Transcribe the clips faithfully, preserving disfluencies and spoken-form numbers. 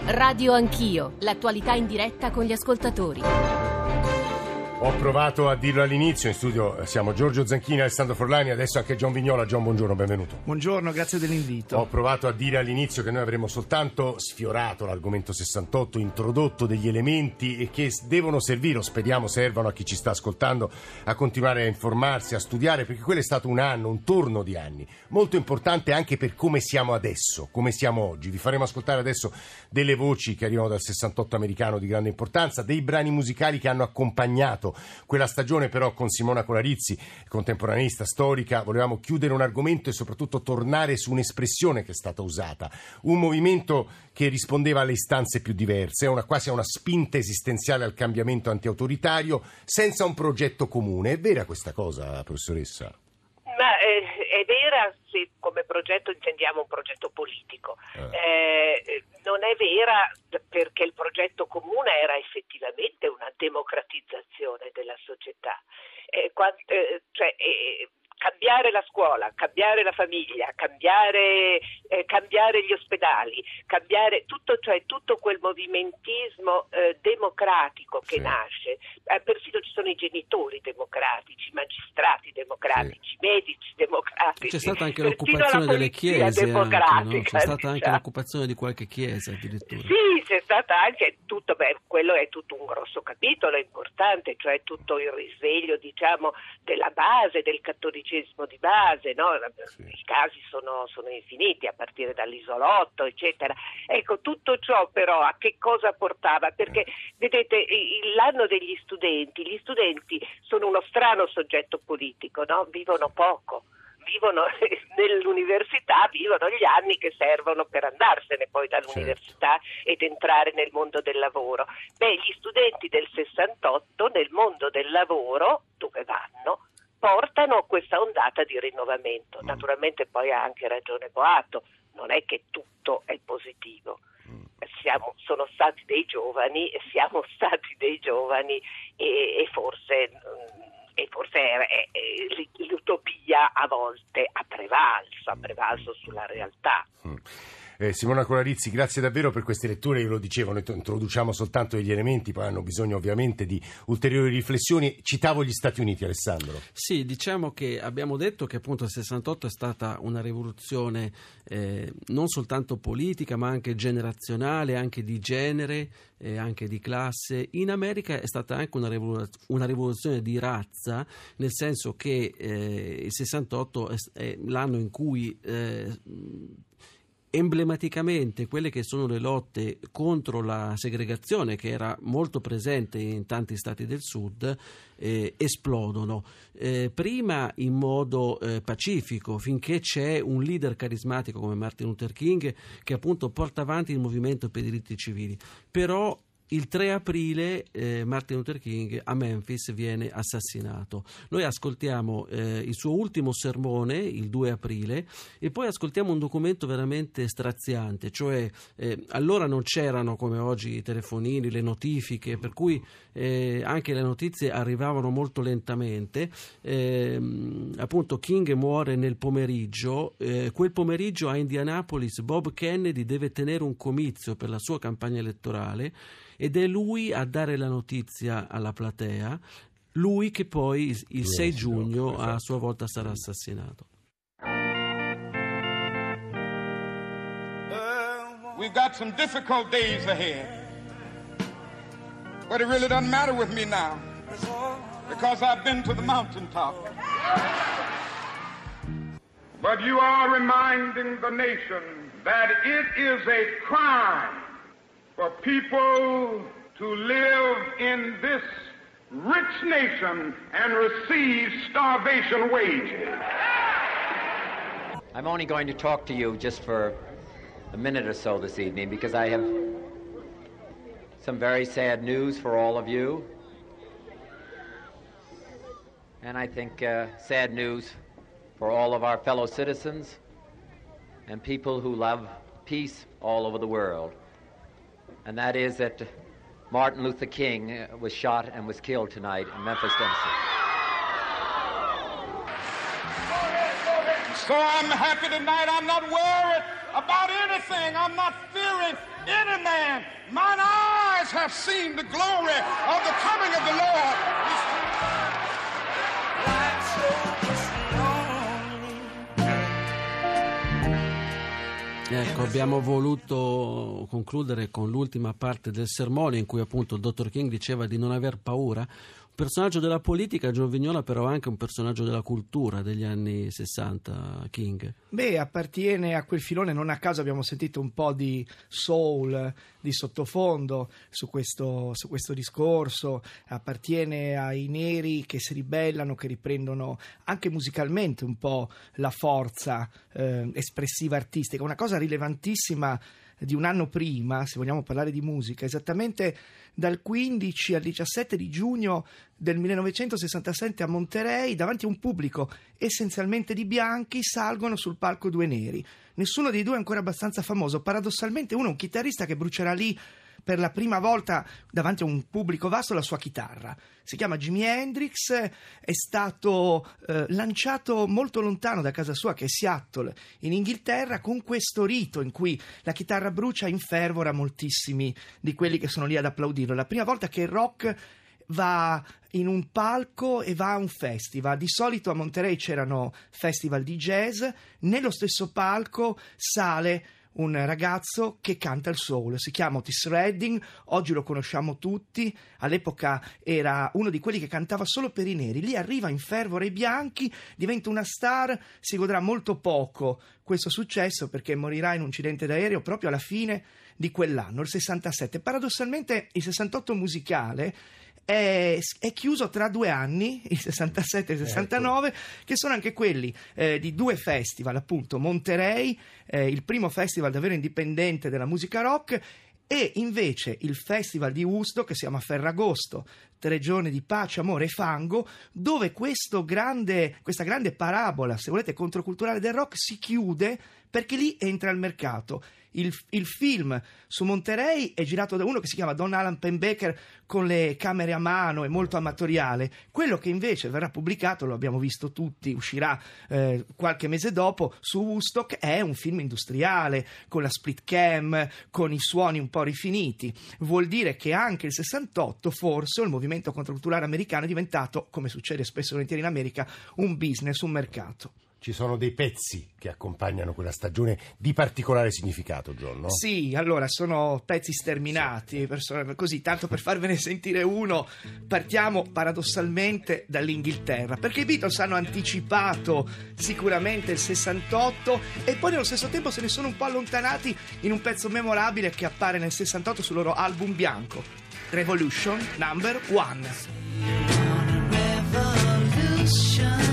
Radio Anch'io, l'attualità in diretta con gli ascoltatori. Ho provato a dirlo all'inizio, in studio siamo Giorgio Zanchini, Alessandro Forlani, adesso anche John Vignola. John, buongiorno, benvenuto. Buongiorno, grazie dell'invito. Ho provato a dire all'inizio che noi avremmo soltanto sfiorato l'argomento sessantotto, introdotto degli elementi e che devono servire, o speriamo servano a chi ci sta ascoltando, a continuare a informarsi, a studiare, perché quello è stato un anno, un torno di anni, molto importante anche per come siamo adesso, come siamo oggi. Vi faremo ascoltare adesso delle voci che arrivano dal sessantotto americano di grande importanza, dei brani musicali che hanno accompagnato quella stagione. Però con Simona Colarizzi, contemporaneista, storica, volevamo chiudere un argomento e soprattutto tornare su un'espressione che è stata usata, un movimento che rispondeva alle istanze più diverse, una, quasi a una spinta esistenziale al cambiamento antiautoritario senza un progetto comune. È vera questa cosa, professoressa? Ma eh, è vera se come progetto intendiamo un progetto politico. Eh. Eh, non è vera perché il progetto comune era effettivamente una democratizzazione della società. Eh, quant- eh, cioè, eh, cambiare la scuola, cambiare la famiglia, cambiare, eh, cambiare gli ospedali, cambiare tutto, cioè tutto quel movimentismo eh, democratico che sì. nasce. Eh, persino ci sono i genitori democratici, i magistrati democratici, sì. medici democratici. C'è stata anche l'occupazione delle chiese, anche, no? C'è stata diciamo. anche l'occupazione di qualche chiesa addirittura. Sì, c'è stata anche tutto, beh, quello è tutto un grosso capitolo importante, cioè tutto il risveglio, diciamo, della base, del cattolicesimo di base, no? Sì. I casi sono, sono infiniti, a partire dall'isolotto, eccetera. Ecco, tutto ciò però a che cosa portava? Perché, eh. vedete, l'anno degli studenti, gli studenti sono uno strano soggetto politico, no? Vivono poco. Vivono nell'università, vivono gli anni che servono per andarsene poi dall'università certo. ed entrare nel mondo del lavoro. Beh, gli studenti del sessantotto nel mondo del lavoro, dove vanno? Portano questa ondata di rinnovamento. Mm. Naturalmente poi ha anche ragione Boato, non è che tutto è positivo. Mm. Siamo, sono stati dei giovani, siamo stati dei giovani e, e forse... E forse è, è, è, l'utopia a volte ha prevalso, ha prevalso sulla realtà. Mm. Eh, Simona Colarizzi, grazie davvero per queste letture. Io lo dicevo, noi introduciamo soltanto degli elementi, poi hanno bisogno ovviamente di ulteriori riflessioni. Citavo gli Stati Uniti, Alessandro. Sì, diciamo che abbiamo detto che appunto il sessantotto è stata una rivoluzione eh, non soltanto politica ma anche generazionale, anche di genere, eh, anche di classe. In America è stata anche una, rivolu- una rivoluzione di razza, nel senso che eh, il sessantotto è, è l'anno in cui eh, emblematicamente quelle che sono le lotte contro la segregazione, che era molto presente in tanti stati del sud, eh, esplodono. Eh, prima in modo eh, pacifico, finché c'è un leader carismatico come Martin Luther King che appunto porta avanti il movimento per i diritti civili. Però il tre aprile eh, Martin Luther King a Memphis viene assassinato. Noi ascoltiamo eh, il suo ultimo sermone il due aprile e poi ascoltiamo un documento veramente straziante, cioè eh, allora non c'erano come oggi i telefonini, le notifiche, per cui eh, anche le notizie arrivavano molto lentamente. Eh, appunto King muore nel pomeriggio, eh, quel pomeriggio a Indianapolis Bob Kennedy deve tenere un comizio per la sua campagna elettorale ed è lui a dare la notizia alla platea, lui che poi il sei giugno a sua volta sarà assassinato. We've got some difficult days ahead, but it really doesn't matter with me now because I've been to the mountaintop. But you are reminding the nation that it is a crime for people to live in this rich nation and receive starvation wages. I'm only going to talk to you just for a minute or so this evening because I have some very sad news for all of you. And I think uh, sad news for all of our fellow citizens and people who love peace all over the world. And that is that Martin Luther King was shot and was killed tonight in Memphis, Tennessee. So I'm happy tonight. I'm not worried about anything. I'm not fearing any man. Mine eyes have seen the glory of the coming of the Lord. Ecco, abbiamo voluto concludere con l'ultima parte del sermone in cui appunto il dottor King diceva di non aver paura. Un personaggio della politica, John Vignola, però anche un personaggio della cultura degli anni sessanta, King. Beh, appartiene a quel filone, non a caso abbiamo sentito un po' di soul, di sottofondo su questo, su questo discorso, appartiene ai neri che si ribellano, che riprendono anche musicalmente un po' la forza eh, espressiva artistica, una cosa rilevantissima di un anno prima, se vogliamo parlare di musica, esattamente dal quindici al diciassette di giugno del millenovecentosessantasette a Monterey, davanti a un pubblico essenzialmente di bianchi, salgono sul palco due neri. Nessuno dei due è ancora abbastanza famoso, paradossalmente uno è un chitarrista che brucerà lì per la prima volta davanti a un pubblico vasto la sua chitarra. Si chiama Jimi Hendrix, è stato eh, lanciato molto lontano da casa sua, che è Seattle, in Inghilterra, con questo rito in cui la chitarra brucia infervora moltissimi di quelli che sono lì ad applaudirlo. La prima volta che il rock va in un palco e va a un festival. Di solito a Monterey c'erano festival di jazz, nello stesso palco sale un ragazzo che canta il soul, si chiama Otis Redding, oggi lo conosciamo tutti, all'epoca era uno di quelli che cantava solo per i neri, lì arriva in fervore ai bianchi, diventa una star, si godrà molto poco questo successo perché morirà in un incidente d'aereo proprio alla fine di quell'anno, il sessantasette. Paradossalmente il sessantotto musicale È, è chiuso tra due anni, il sessantasette e il sessantanove, ecco, che sono anche quelli eh, di due festival, appunto Monterey, eh, il primo festival davvero indipendente della musica rock, e invece il festival di Woodstock, che si chiama Ferragosto, tre giorni di pace, amore e fango, dove questo grande, questa grande parabola, se volete, controculturale del rock si chiude perché lì entra il mercato. Il, il film su Monterey è girato da uno che si chiama Don Alan Penbaker con le camere a mano, è molto amatoriale. Quello che invece verrà pubblicato, lo abbiamo visto tutti, uscirà eh, qualche mese dopo su Woodstock, è un film industriale con la split cam, con i suoni un po' rifiniti. Vuol dire che anche il sessantotto forse il movimento controculturale americano è diventato, come succede spesso e volentieri in America, un business, un mercato. Ci sono dei pezzi che accompagnano quella stagione di particolare significato, John, no? Sì, allora sono pezzi sterminati, sì. Persone, così, tanto per farvene sentire uno, partiamo paradossalmente dall'Inghilterra, perché i Beatles hanno anticipato sicuramente il sessantotto e poi nello stesso tempo se ne sono un po' allontanati in un pezzo memorabile che appare nel sessantotto sul loro album bianco, Revolution Number One. Revolution.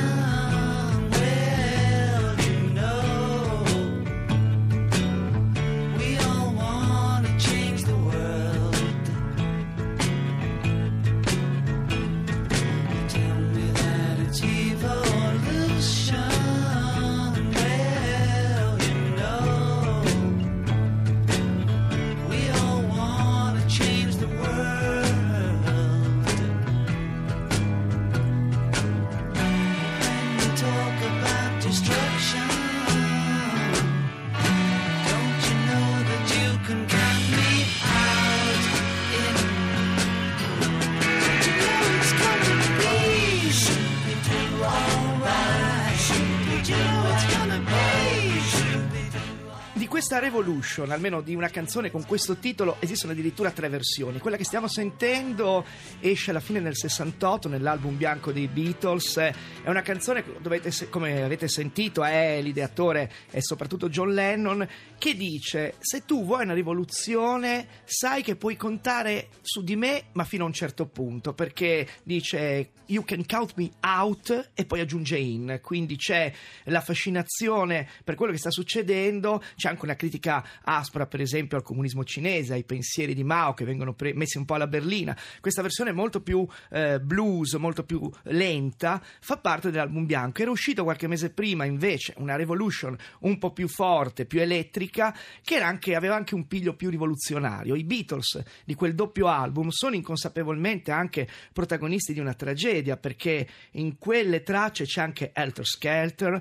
Questa Revolution, almeno di una canzone con questo titolo, esistono addirittura tre versioni. Quella che stiamo sentendo esce alla fine del sessantotto nell'album bianco dei Beatles, è una canzone, dovete, come avete sentito, è l'ideatore è soprattutto John Lennon, che dice: se tu vuoi una rivoluzione sai che puoi contare su di me ma fino a un certo punto, perché dice you can count me out e poi aggiunge in, quindi c'è la fascinazione per quello che sta succedendo, c'è anche una critica aspra per esempio al comunismo cinese, ai pensieri di Mao che vengono pre- messi un po' alla berlina. Questa versione molto più eh, blues, molto più lenta, fa parte dell'album bianco. Era uscito qualche mese prima invece una Revolution un po' più forte, più elettrica, che era anche, aveva anche un piglio più rivoluzionario. I Beatles di quel doppio album sono inconsapevolmente anche protagonisti di una tragedia, perché in quelle tracce c'è anche Helter Skelter,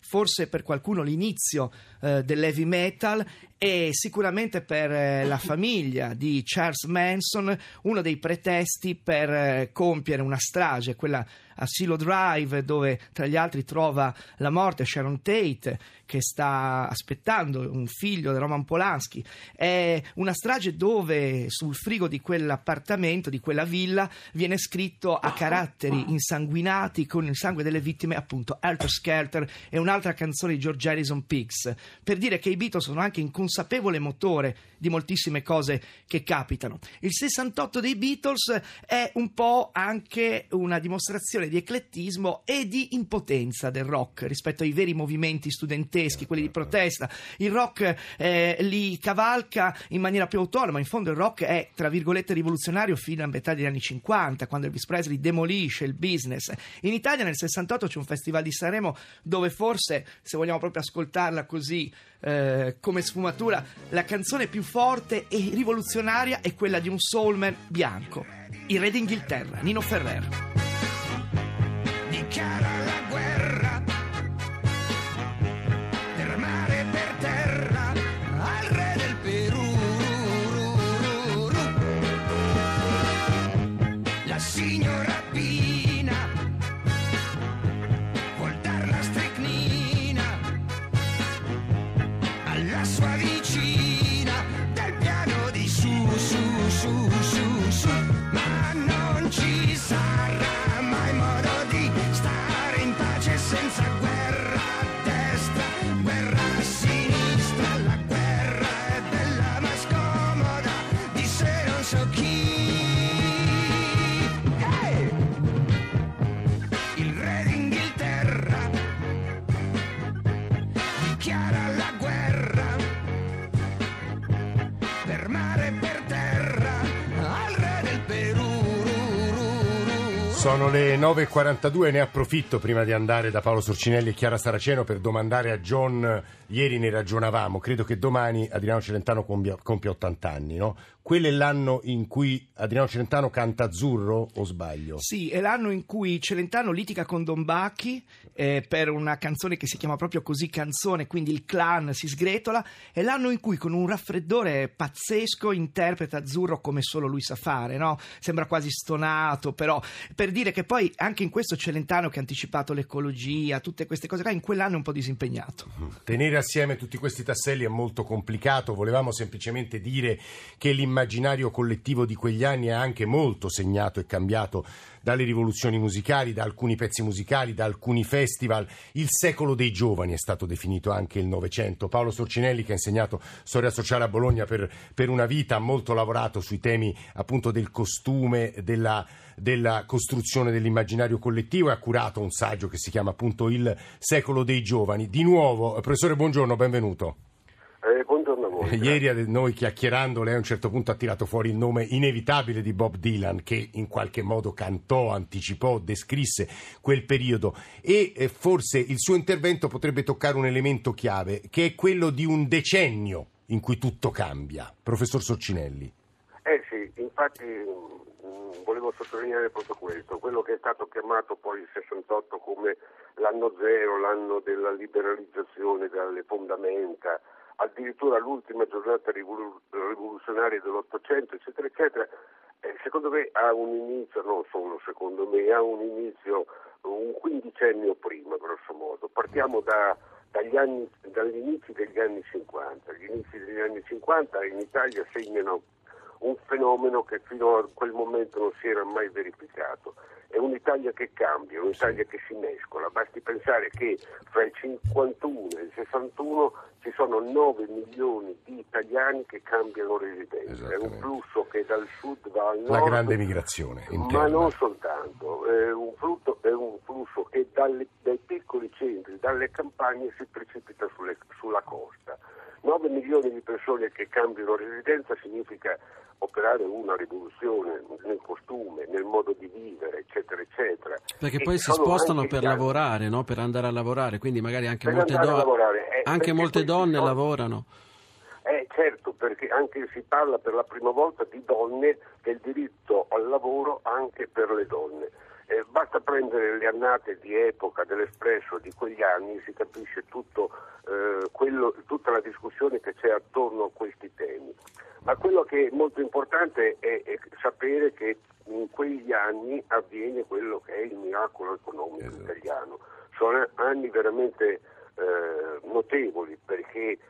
forse per qualcuno l'inizio eh, dell'heavy metal, e sicuramente per eh, la famiglia di Charles Manson uno dei pretesti per eh, compiere una strage, quella a Silo Drive, dove tra gli altri trova la morte Sharon Tate, che sta aspettando un figlio di Roman Polanski. È una strage dove sul frigo di quell'appartamento, di quella villa, viene scritto a caratteri insanguinati con il sangue delle vittime, appunto Helter Skelter, e un'altra canzone di George Harrison, Pigs, per dire che i Beatles sono anche inconsapevole motore di moltissime cose che capitano. Il sessantotto dei Beatles è un po' anche una dimostrazione di eclettismo e di impotenza del rock rispetto ai veri movimenti studenteschi, quelli di protesta. Il rock eh, li cavalca in maniera più autonoma. In fondo il rock è, tra virgolette, rivoluzionario fino a metà degli anni cinquanta, quando Elvis Presley demolisce il business. In Italia nel sessantotto c'è un festival di Sanremo dove forse, se vogliamo proprio ascoltarla così eh, come sfumatura, la canzone più forte e rivoluzionaria è quella di un soulman bianco, il re d'Inghilterra, Nino Ferrer. Dichiara la guerra per mare e per terra al re del Perù. La signora Pina vuol dar la stecnina alla sua vicina del piano di su, su, su, su, su, ma non ci sarà mai modo di stare in pace senza guerra a destra, guerra a sinistra. La guerra è bella ma scomoda, disse non so chi. Hey! Il re d'Inghilterra dichiara la guerra per mare e per terra al re del Perù. Sono le nove e quarantadue, ne approfitto prima di andare da Paolo Sorcinelli e Chiara Saraceno per domandare a John, ieri ne ragionavamo, credo che domani Adriano Celentano compia, compia ottanta anni, no? Quello è l'anno in cui Adriano Celentano canta Azzurro, o sbaglio? Sì, è l'anno in cui Celentano litiga con Don Bacchi eh, per una canzone che si chiama proprio così, canzone, quindi il clan si sgretola. È l'anno in cui con un raffreddore pazzesco interpreta Azzurro come solo lui sa fare, no? Sembra quasi stonato, però per dire che poi anche in questo Celentano, che ha anticipato l'ecologia, tutte queste cose qua, in quell'anno è un po' disinpegnato. Tenere assieme tutti questi tasselli è molto complicato. Volevamo semplicemente dire che l'immaginario collettivo di quegli anni è anche molto segnato e cambiato dalle rivoluzioni musicali, da alcuni pezzi musicali, da alcuni festival. Il secolo dei giovani è stato definito anche il Novecento. Paolo Sorcinelli, che ha insegnato storia sociale a Bologna per, per una vita, ha molto lavorato sui temi appunto del costume, della, della costruzione dell'immaginario collettivo, e ha curato un saggio che si chiama appunto Il secolo dei giovani. Di nuovo, professore, buongiorno, benvenuto. Eh, buongiorno a voi. Ieri noi chiacchierando, lei a un certo punto ha tirato fuori il nome inevitabile di Bob Dylan, che in qualche modo cantò, anticipò, descrisse quel periodo, e eh, forse il suo intervento potrebbe toccare un elemento chiave, che è quello di un decennio in cui tutto cambia. Professor Sorcinelli. Eh sì, infatti mh, volevo sottolineare proprio questo, quello che è stato chiamato poi il sessantotto come l'anno zero, l'anno della liberalizzazione dalle fondamenta, addirittura l'ultima giornata rivolu- rivoluzionaria dell'Ottocento, eccetera, eccetera, eh, secondo me ha un inizio, non solo secondo me, ha un inizio un quindicennio prima, grosso modo. Partiamo da, dagli anni, dagli inizi degli anni cinquanta. Gli inizi degli anni cinquanta in Italia segnano un fenomeno che fino a quel momento non si era mai verificato. È un'Italia che cambia, un'Italia che si mescola. Basti pensare che fra il cinquantuno e il sessantuno ci sono nove milioni di italiani che cambiano residenza. È un flusso che dal sud va al nord. La grande migrazione interna. Ma non soltanto. È un flusso, è un flusso che dalle, dai piccoli centri, dalle campagne si precipita sulle, sulla costa. nove milioni di persone che cambiano residenza significa operare una rivoluzione nel costume, nel modo di vivere, eccetera, eccetera. Perché e poi si spostano per lavorare, no? Per andare a lavorare, quindi magari anche per molte, do- eh, anche molte donne sono... lavorano. Eh certo, perché anche si parla per la prima volta di donne, del diritto al lavoro anche per le donne. Eh, basta prendere le annate di epoca dell'Espresso di quegli anni, si capisce tutto, eh, quello, tutta la discussione che c'è attorno a questi temi. Ma quello che è molto importante è, è sapere che in quegli anni avviene quello che è il miracolo economico esatto. italiano. Sono anni veramente eh, notevoli, perché eh,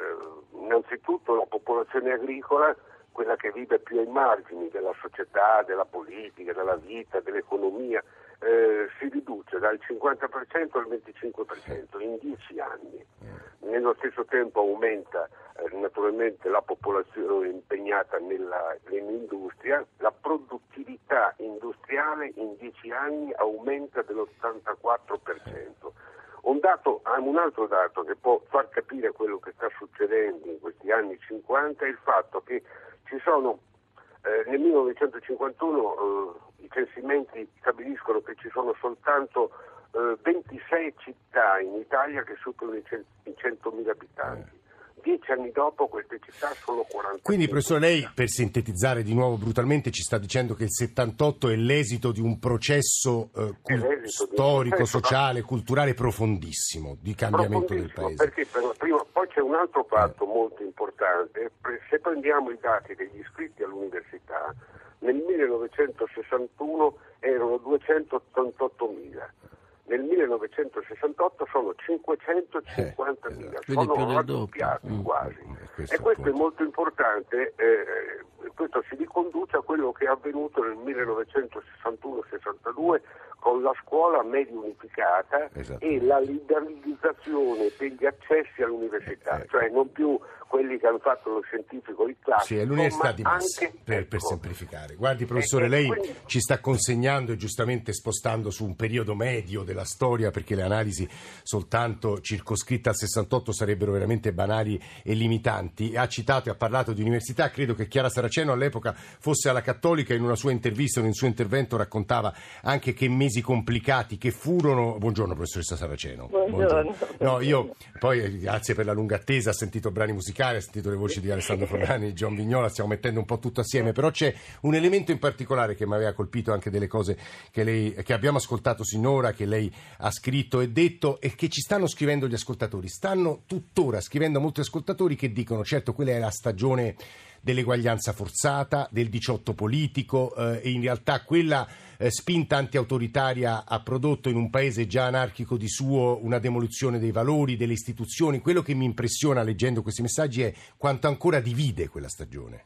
innanzitutto la popolazione agricola, quella che vive più ai margini della società, della politica, della vita, dell'economia, eh, si riduce dal cinquanta per cento al venticinque per cento in dieci anni. Nello stesso tempo aumenta eh, naturalmente la popolazione impegnata nella, nell'industria, la produttività industriale in dieci anni aumenta dell'ottantaquattro per cento. Un dato, un altro dato che può far capire quello che sta succedendo in questi anni cinquanta è il fatto che ci sono eh, nel millenovecentocinquantuno eh, i censimenti stabiliscono che ci sono soltanto eh, ventisei città in Italia che superano i, cent- i centomila abitanti. Dieci anni dopo queste città sono quaranta. Quindi, professore, lei, per sintetizzare di nuovo brutalmente, ci sta dicendo che il settantotto è l'esito di un processo eh, cul- storico, processo, sociale, culturale profondissimo di cambiamento del paese. Perché per, prima, poi c'è un altro fatto eh. molto importante. Se prendiamo i dati degli iscritti all'università, nel millenovecentosessantuno erano duecentottantottomila. Nel millenovecentosessantotto sono cinquecentocinquantamila, eh, sono raddoppiati mm. quasi. Questo e questo è molto importante, eh, questo si riconduce a quello che è avvenuto nel millenovecentosessantuno sessantadue con la scuola media unificata e la liberalizzazione degli accessi all'università, eh, cioè non più quelli che hanno fatto lo scientifico, il classico, sì, è l'università di massa, anche, per, ecco. per semplificare. Guardi, professore, eh, lei quindi... ci sta consegnando e giustamente spostando su un periodo medio della storia, perché le analisi soltanto circoscritte al sessantotto sarebbero veramente banali e limitanti. Ha citato e ha parlato di università, credo che Chiara Saraceno all'epoca fosse alla Cattolica, in una sua intervista, in un suo intervento raccontava anche che mesi complicati che furono. Buongiorno professoressa Saraceno. Buongiorno. Buongiorno. No, io poi grazie per la lunga attesa, ho sentito brani musicali, ho sentito le voci di Alessandro Forlani, John Vignola, stiamo mettendo un po' tutto assieme, però c'è un elemento in particolare che mi aveva colpito anche delle cose che lei che abbiamo ascoltato sinora, che lei ha scritto e detto e che ci stanno scrivendo gli ascoltatori, stanno tuttora scrivendo molti ascoltatori che dicono certo quella è la stagione dell'eguaglianza forzata, del diciotto politico eh, e in realtà quella eh, spinta antiautoritaria ha prodotto in un paese già anarchico di suo una demolizione dei valori, delle istituzioni. Quello che mi impressiona leggendo questi messaggi è quanto ancora divide quella stagione.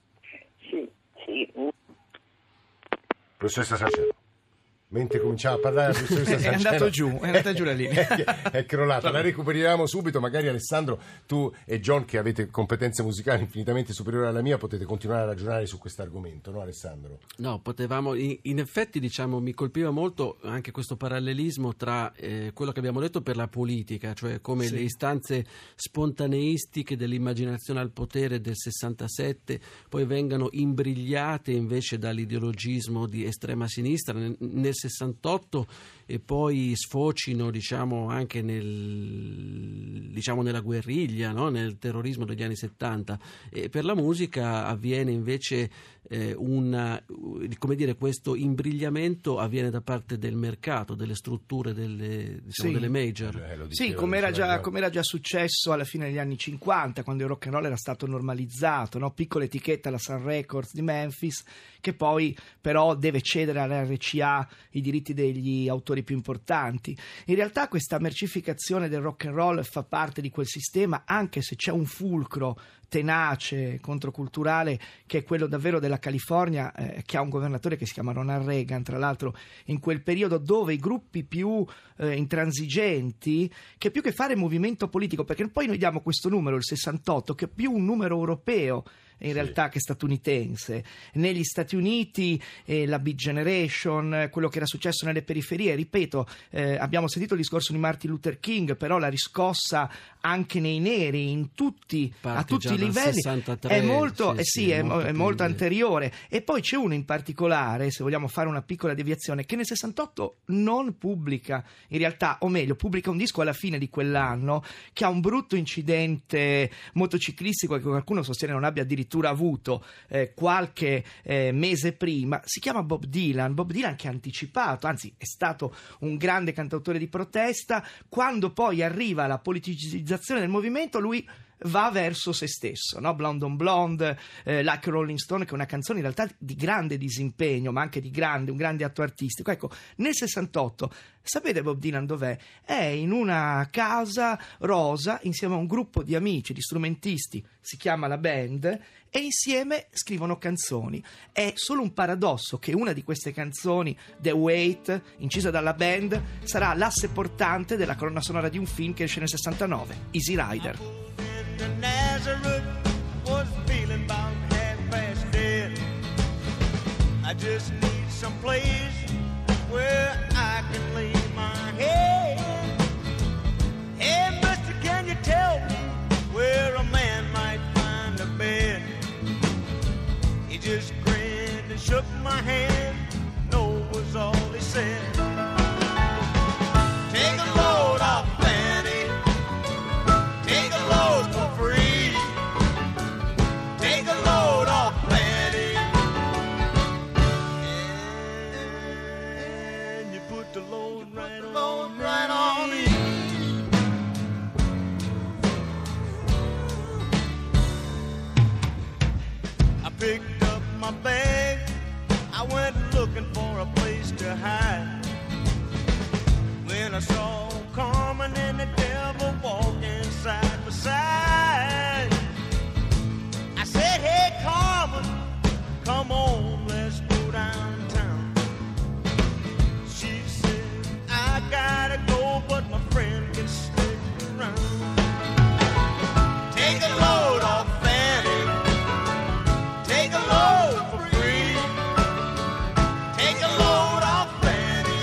Sì, sì. Professoressa Saraceno. Mentre cominciava a parlare la professoressa Saraceno, è andato giù, è andata giù la linea. È crollata, la recuperiamo subito. Magari Alessandro, tu e John, che avete competenze musicali infinitamente superiori alla mia, potete continuare a ragionare su questo argomento, no Alessandro? No, potevamo, in, in effetti diciamo mi colpiva molto anche questo parallelismo tra eh, quello che abbiamo detto per la politica, cioè come sì. le istanze spontaneistiche dell'immaginazione al potere del sessantasette poi vengano imbrigliate invece dall'ideologismo di estrema sinistra nel, nel sessantotto e poi sfocino diciamo anche nel, diciamo, nella guerriglia, no? Nel terrorismo degli anni settanta. E per la musica avviene invece eh, una, come dire, questo imbrigliamento avviene da parte del mercato, delle strutture, delle, diciamo, sì. delle major. Eh, sì, come era, già, come era già successo alla fine degli anni cinquanta, quando il rock and roll era stato normalizzato, no? Piccola etichetta, la Sun Records di Memphis, che poi però deve cedere all'R C A i diritti degli autori più importanti. In realtà questa mercificazione del rock and roll fa parte di quel sistema, anche se c'è un fulcro tenace, controculturale, che è quello davvero della California, eh, che ha un governatore che si chiama Ronald Reagan, tra l'altro in quel periodo, dove i gruppi più eh, intransigenti, che più che fare movimento politico, perché poi noi diamo questo numero, il sessantotto, che è più un numero europeo in sì. realtà che statunitense. Negli Stati Uniti eh, la Beat Generation, quello che era successo nelle periferie, ripeto, eh, abbiamo sentito il discorso di Martin Luther King, però la riscossa anche nei neri, in tutti, a tutti i livelli, sessantatré, è molto, sì, eh sì, sì, è, molto, è molto anteriore. E poi c'è uno in particolare, se vogliamo fare una piccola deviazione, che nel sessantotto non pubblica, in realtà, o meglio, pubblica un disco alla fine di quell'anno che ha un brutto incidente motociclistico che qualcuno sostiene non abbia addirittura addirittura avuto eh, qualche eh, mese prima, si chiama Bob Dylan. Bob Dylan che ha anticipato, anzi è stato un grande cantautore di protesta. Quando poi arriva la politicizzazione del movimento, lui va verso se stesso, no? Blonde on Blonde, eh, Like a Rolling Stone, che è una canzone in realtà di grande disimpegno, ma anche di grande, un grande atto artistico. Ecco, nel sessantotto, sapete Bob Dylan dov'è? È in una casa rosa insieme a un gruppo di amici, di strumentisti, si chiama La Band, e insieme scrivono canzoni. È solo un paradosso che una di queste canzoni, The Wait, incisa dalla Band, sarà l'asse portante della colonna sonora di un film che esce nel sessantanove, Easy Rider. Nazareth was feeling about half past dead. I just need some place where I can lay my head. Hey, mister, can you tell me where a man might find a bed? He just grinned and shook my hand. No was all he said. Take a load off Fanny. Take a load for free. Take a load off Fanny. And you put the load right on, right on me. I picked up my bag. I went looking for a place to hide. When I saw Carmen and the devil walking side by side, I said, hey Carmen, come on, let's go downtown. She said, I gotta go, but my friend can stick around. Take a load off Fanny. Take a load for free. Take a load off Fanny.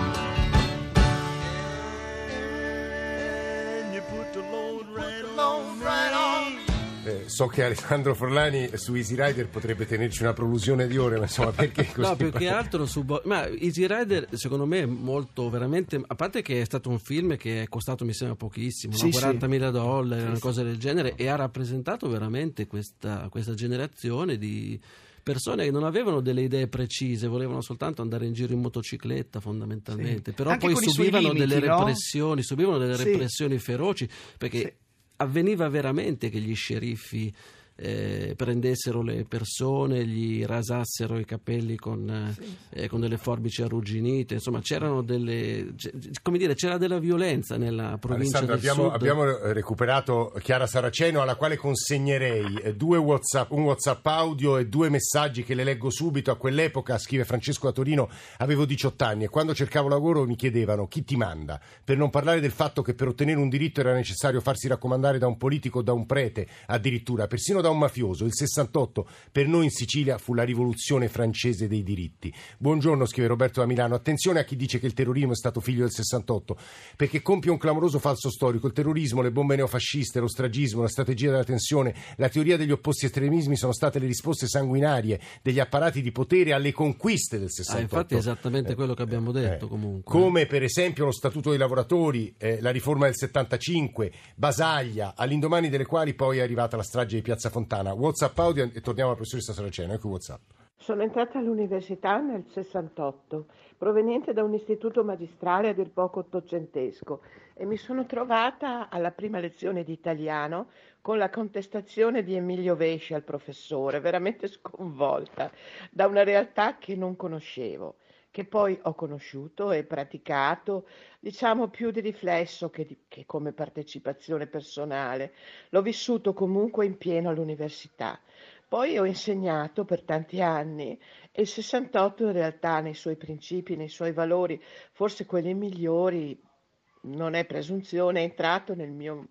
And you put the load right on, right on me. Eh, so che Alessandro Forlani su Easy Rider potrebbe tenerci una prolusione di ore, ma insomma, perché così? No, più che altro su Bo- ma Easy Rider secondo me è molto veramente, a parte che è stato un film che è costato mi sembra pochissimo, Sì, no? sì. quarantamila dollari, Sì, una sì. cosa del genere, e ha rappresentato veramente questa, questa generazione di persone che non avevano delle idee precise, volevano soltanto andare in giro in motocicletta fondamentalmente, Sì. però Anche poi con i suoi subivano limiti, delle no? repressioni, subivano delle Sì. repressioni feroci, perché Sì. avveniva veramente che gli sceriffi eh, prendessero le persone, gli rasassero i capelli con, eh, Sì. eh, con delle forbici arrugginite, insomma c'erano delle, c- come dire, c'era della violenza nella provincia Alessandro, del abbiamo, sud. abbiamo recuperato Chiara Saraceno, alla quale consegnerei eh, due WhatsApp, un WhatsApp audio e due messaggi che le leggo subito. A quell'epoca, scrive Francesco da Torino, avevo diciotto anni e quando cercavo lavoro mi chiedevano chi ti manda, per non parlare del fatto che per ottenere un diritto era necessario farsi raccomandare da un politico o da un prete, addirittura persino da un mafioso. Il sessantotto per noi in Sicilia fu la rivoluzione francese dei diritti. Buongiorno, scrive Roberto da Milano, attenzione a chi dice che il terrorismo è stato figlio del sessantotto, perché compie un clamoroso falso storico. Il terrorismo, le bombe neofasciste, lo stragismo, la strategia della tensione, la teoria degli opposti estremismi sono state le risposte sanguinarie degli apparati di potere alle conquiste del sessantotto. Ah, infatti è esattamente Eh, quello che abbiamo detto, eh, comunque. Come per esempio lo Statuto dei lavoratori, eh, la riforma del settantacinque, Basaglia, all'indomani delle quali poi è arrivata la strage di Piazza Fontana. WhatsApp audio e torniamo alla professoressa Saraceno. Ecco WhatsApp. Sono entrata all'università nel sessantotto, proveniente da un istituto magistrale a dir poco ottocentesco, e mi sono trovata alla prima lezione di italiano con la contestazione di Emilio Vesci al professore, veramente sconvolta da una realtà che non conoscevo, che poi ho conosciuto e praticato, diciamo più di riflesso che, di, che come partecipazione personale. L'ho vissuto comunque in pieno all'università. Poi ho insegnato per tanti anni e il sessantotto in realtà nei suoi principi, nei suoi valori, forse quelli migliori, non è presunzione, è entrato nel mio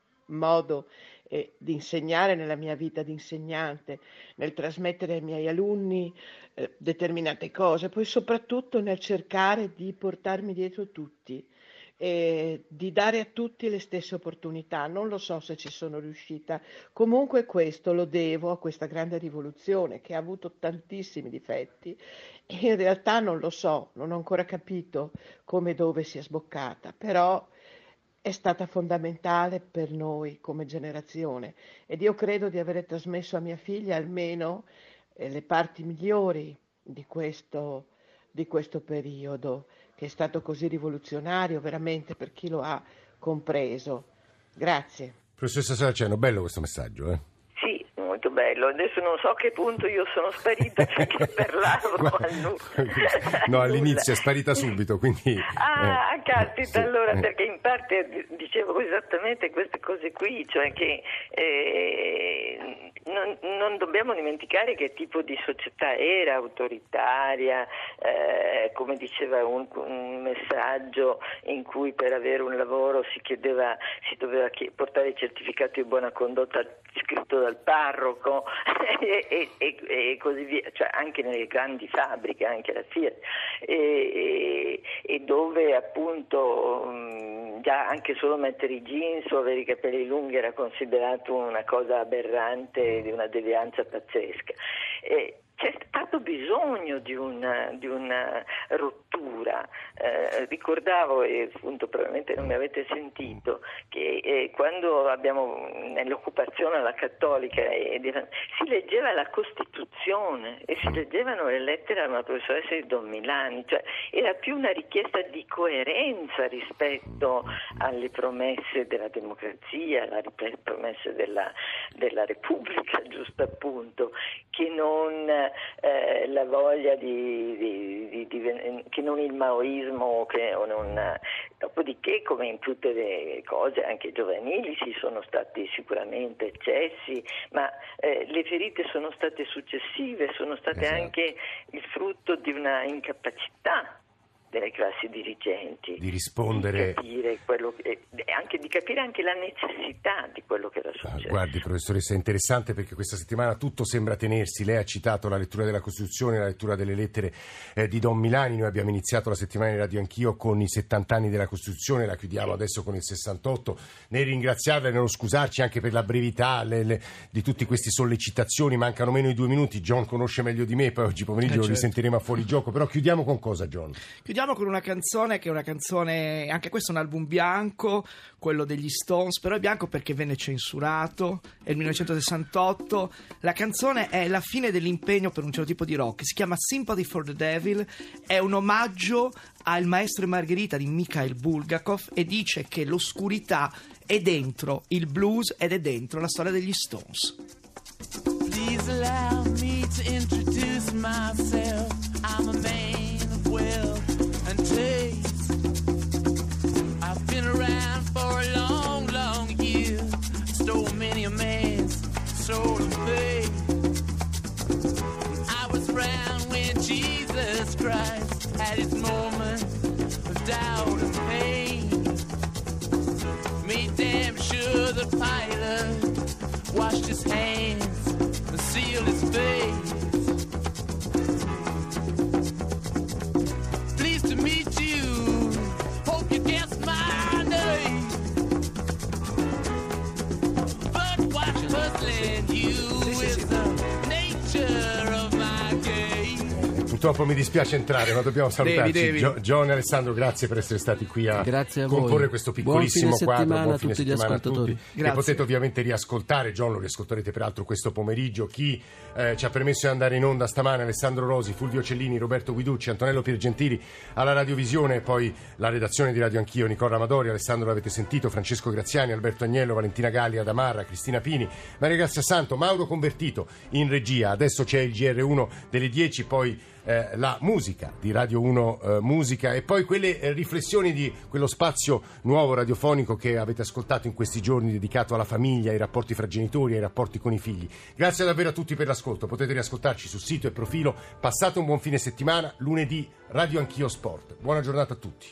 modo eh, di insegnare, nella mia vita di insegnante, nel trasmettere ai miei alunni eh, determinate cose, poi soprattutto nel cercare di portarmi dietro tutti. E di dare a tutti le stesse opportunità. Non lo so se ci sono riuscita, comunque questo lo devo a questa grande rivoluzione che ha avuto tantissimi difetti e in realtà non lo so, non ho ancora capito come e dove sia sboccata, però è stata fondamentale per noi come generazione ed io credo di aver trasmesso a mia figlia almeno eh, le parti migliori di questo, di questo periodo, che è stato così rivoluzionario veramente per chi lo ha compreso. Grazie. Professoressa Saraceno, bello questo messaggio, eh? Sì, molto bello. Adesso non so a che punto io sono sparita perché parlavo al nulla. No, all'inizio è sparita subito, quindi... Ah, eh, caspita, sì, allora, eh. perché in parte dicevo esattamente queste cose qui, cioè che eh, non, non dobbiamo dimenticare che tipo di società era, autoritaria, eh, come diceva un, un messaggio in cui per avere un lavoro si chiedeva, si doveva portare il certificato di buona condotta scritto dal parroco e, e, e, e così via, cioè anche nelle grandi fabbriche, anche la Fiat, e, e, e dove appunto mh, già anche solo mettere i jeans o avere i capelli lunghi era considerato una cosa aberrante, di una devianza pazzesca. E, c'è stato bisogno di una, di una rottura. Eh, ricordavo, e appunto probabilmente non mi avete sentito, che eh, quando abbiamo nell'occupazione alla cattolica eh, si leggeva la Costituzione e si leggevano le lettere a una professoressa di Don Milani, cioè era più una richiesta di coerenza rispetto alle promesse della democrazia, alle promesse della, della Repubblica, giusto appunto, che non Eh, la voglia di, di, di, di che non il maoismo, che o non, dopodiché come in tutte le cose anche giovanili ci sono stati sicuramente eccessi, ma eh, le ferite sono state successive, sono state esatto. anche il frutto di una incapacità delle classi dirigenti di rispondere, di capire quello che, anche di capire anche la necessità di quello che era successo. Ah, guardi professoressa, è interessante perché questa settimana tutto sembra tenersi. Lei ha citato la lettura della Costituzione, la lettura delle lettere eh, di Don Milani. Noi abbiamo iniziato la settimana di Radio Anch'io con i settanta anni della Costituzione, la chiudiamo sì. adesso con il sessantotto. Nel ringraziarla e nello scusarci anche per la brevità le, le, di tutti questi sollecitazioni, mancano meno di due minuti. John conosce meglio di me, poi oggi pomeriggio eh, certo. lo risentiremo a Fuori Gioco, però chiudiamo con cosa, John? Chiudiamo con una canzone che è una canzone, anche questo è un album bianco, quello degli Stones, però è bianco perché venne censurato, è il millenovecentosessantotto. La canzone è la fine dell'impegno per un certo tipo di rock, si chiama Sympathy for the Devil, è un omaggio al Maestro e Margherita di Mikhail Bulgakov e dice che l'oscurità è dentro il blues ed è dentro la storia degli Stones. Please allow me to introduce myself. I'm a man of wealth and taste. I've been around for a long, long year. Stole many a man's soul of faith. I was around when Jesus Christ had his moment of doubt and pain. Made damn sure the pilot washed his hands and sealed his face. Pleased to meet you, hope you guessed my name. But watch hustling you is the nature of my game. Purtroppo mi dispiace entrare, ma dobbiamo salutarci. Devi, devi. Gio- John e Alessandro, grazie per essere stati qui a, Grazie a comporre voi. questo piccolissimo Buon fine quadro. settimana Buon a fine tutti gli settimana a ascoltatori. tutti. Che Grazie. potete ovviamente riascoltare. John lo riascolterete peraltro questo pomeriggio. Chi eh, ci ha permesso di andare in onda stamane: Alessandro Rosi, Fulvio Cellini, Roberto Guiducci, Antonello Piergentili alla radiovisione, poi la redazione di Radio Anch'io, Nicola Amadori, Alessandro l'avete sentito, Francesco Graziani, Alberto Agnello, Valentina Galli, Adamarra, Cristina Pini, Maria Grazia Santo, Mauro Convertito in regia. Adesso c'è il G R uno delle dieci, poi eh, la musica di Radio uno eh, Musica e poi quelle eh, riflessioni di quello spazio nuovo radiofonico che avete ascoltato in questi giorni, dedicato alla famiglia, ai rapporti fra genitori, ai rapporti con i figli. Grazie davvero a tutti per l'ascolto. Potete riascoltarci sul sito e profilo. Passate un buon fine settimana. Lunedì Radio Anch'io Sport. Buona giornata a tutti.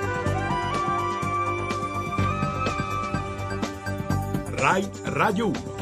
Rai Radio uno.